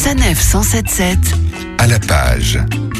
Sanef 177 à la page.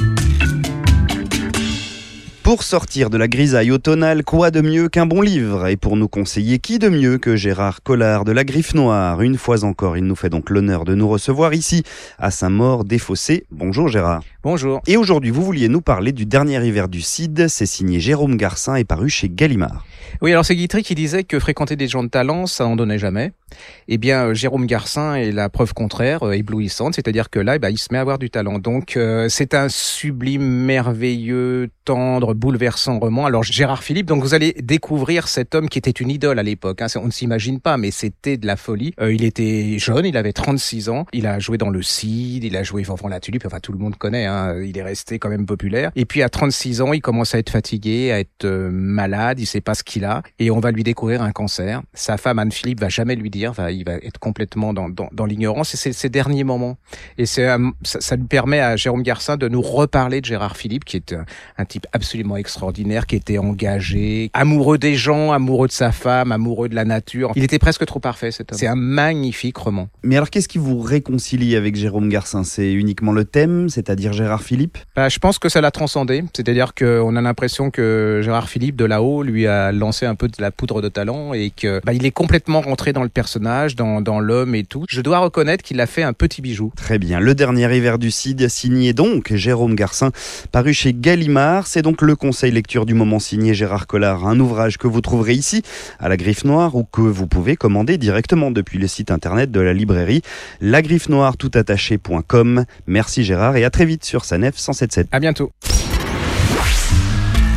Pour sortir de la grisaille automnale, quoi de mieux qu'un bon livre? Et pour nous conseiller, qui de mieux que Gérard Collard de La Griffe Noire? Une fois encore, il nous fait donc l'honneur de nous recevoir ici, à Saint-Maur-des-Fossés. Bonjour Gérard. Bonjour. Et aujourd'hui, vous vouliez nous parler du dernier hiver du Cid. C'est signé Jérôme Garcin et paru chez Gallimard. Oui, alors c'est Guitry qui disait que fréquenter des gens de talent, ça n'en donnait jamais. Eh bien, Jérôme Garcin est la preuve contraire, éblouissante, c'est-à-dire que là, il se met à avoir du talent. Donc, c'est un sublime, merveilleux, tendre, bouleversant roman. Alors, Gérard Philippe, donc vous allez découvrir cet homme qui était une idole à l'époque. On ne s'imagine pas, mais c'était de la folie. Il était jeune, il avait 36 ans. Il a joué dans Le Cid, il a joué Fanfan la Tulipe, enfin tout le monde connaît, il est resté quand même populaire. Et puis à 36 ans, il commence à être fatigué, à être malade, il sait pas ce qu'il a, et on va lui découvrir un cancer. Sa femme Anne-Philippe va jamais lui dire, il va être complètement dans l'ignorance, et c'est ses derniers moments. Et ça lui permet à Jérôme Garcin de nous reparler de Gérard Philippe, qui est un type absolument extraordinaire, qui était engagé, amoureux des gens, amoureux de sa femme, amoureux de la nature. Il était presque trop parfait, cet homme. C'est un magnifique roman. Mais alors, qu'est-ce qui vous réconcilie avec Jérôme Garcin? C'est uniquement le thème, c'est-à-dire Gérard Philippe? Je pense que ça l'a transcendé. C'est-à-dire qu'on a l'impression que Gérard Philippe, de là-haut, lui a lancé un peu de la poudre de talent et que il est complètement rentré dans le personnage, dans l'homme et tout. Je dois reconnaître qu'il a fait un petit bijou. Très bien. Le dernier hiver du Cid, signé donc Jérôme Garcin, paru chez Gallimard. C'est donc le conseil lecture du moment signé Gérard Collard, un ouvrage que vous trouverez ici, à La Griffe Noire, ou que vous pouvez commander directement depuis le site internet de la librairie lagriffenoiretoutattaché.com. Merci Gérard et à très vite sur Sanef 177. À bientôt.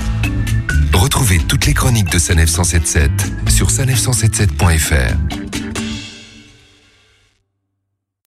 Retrouvez toutes les chroniques de Sanef 177 sur sanef177.fr.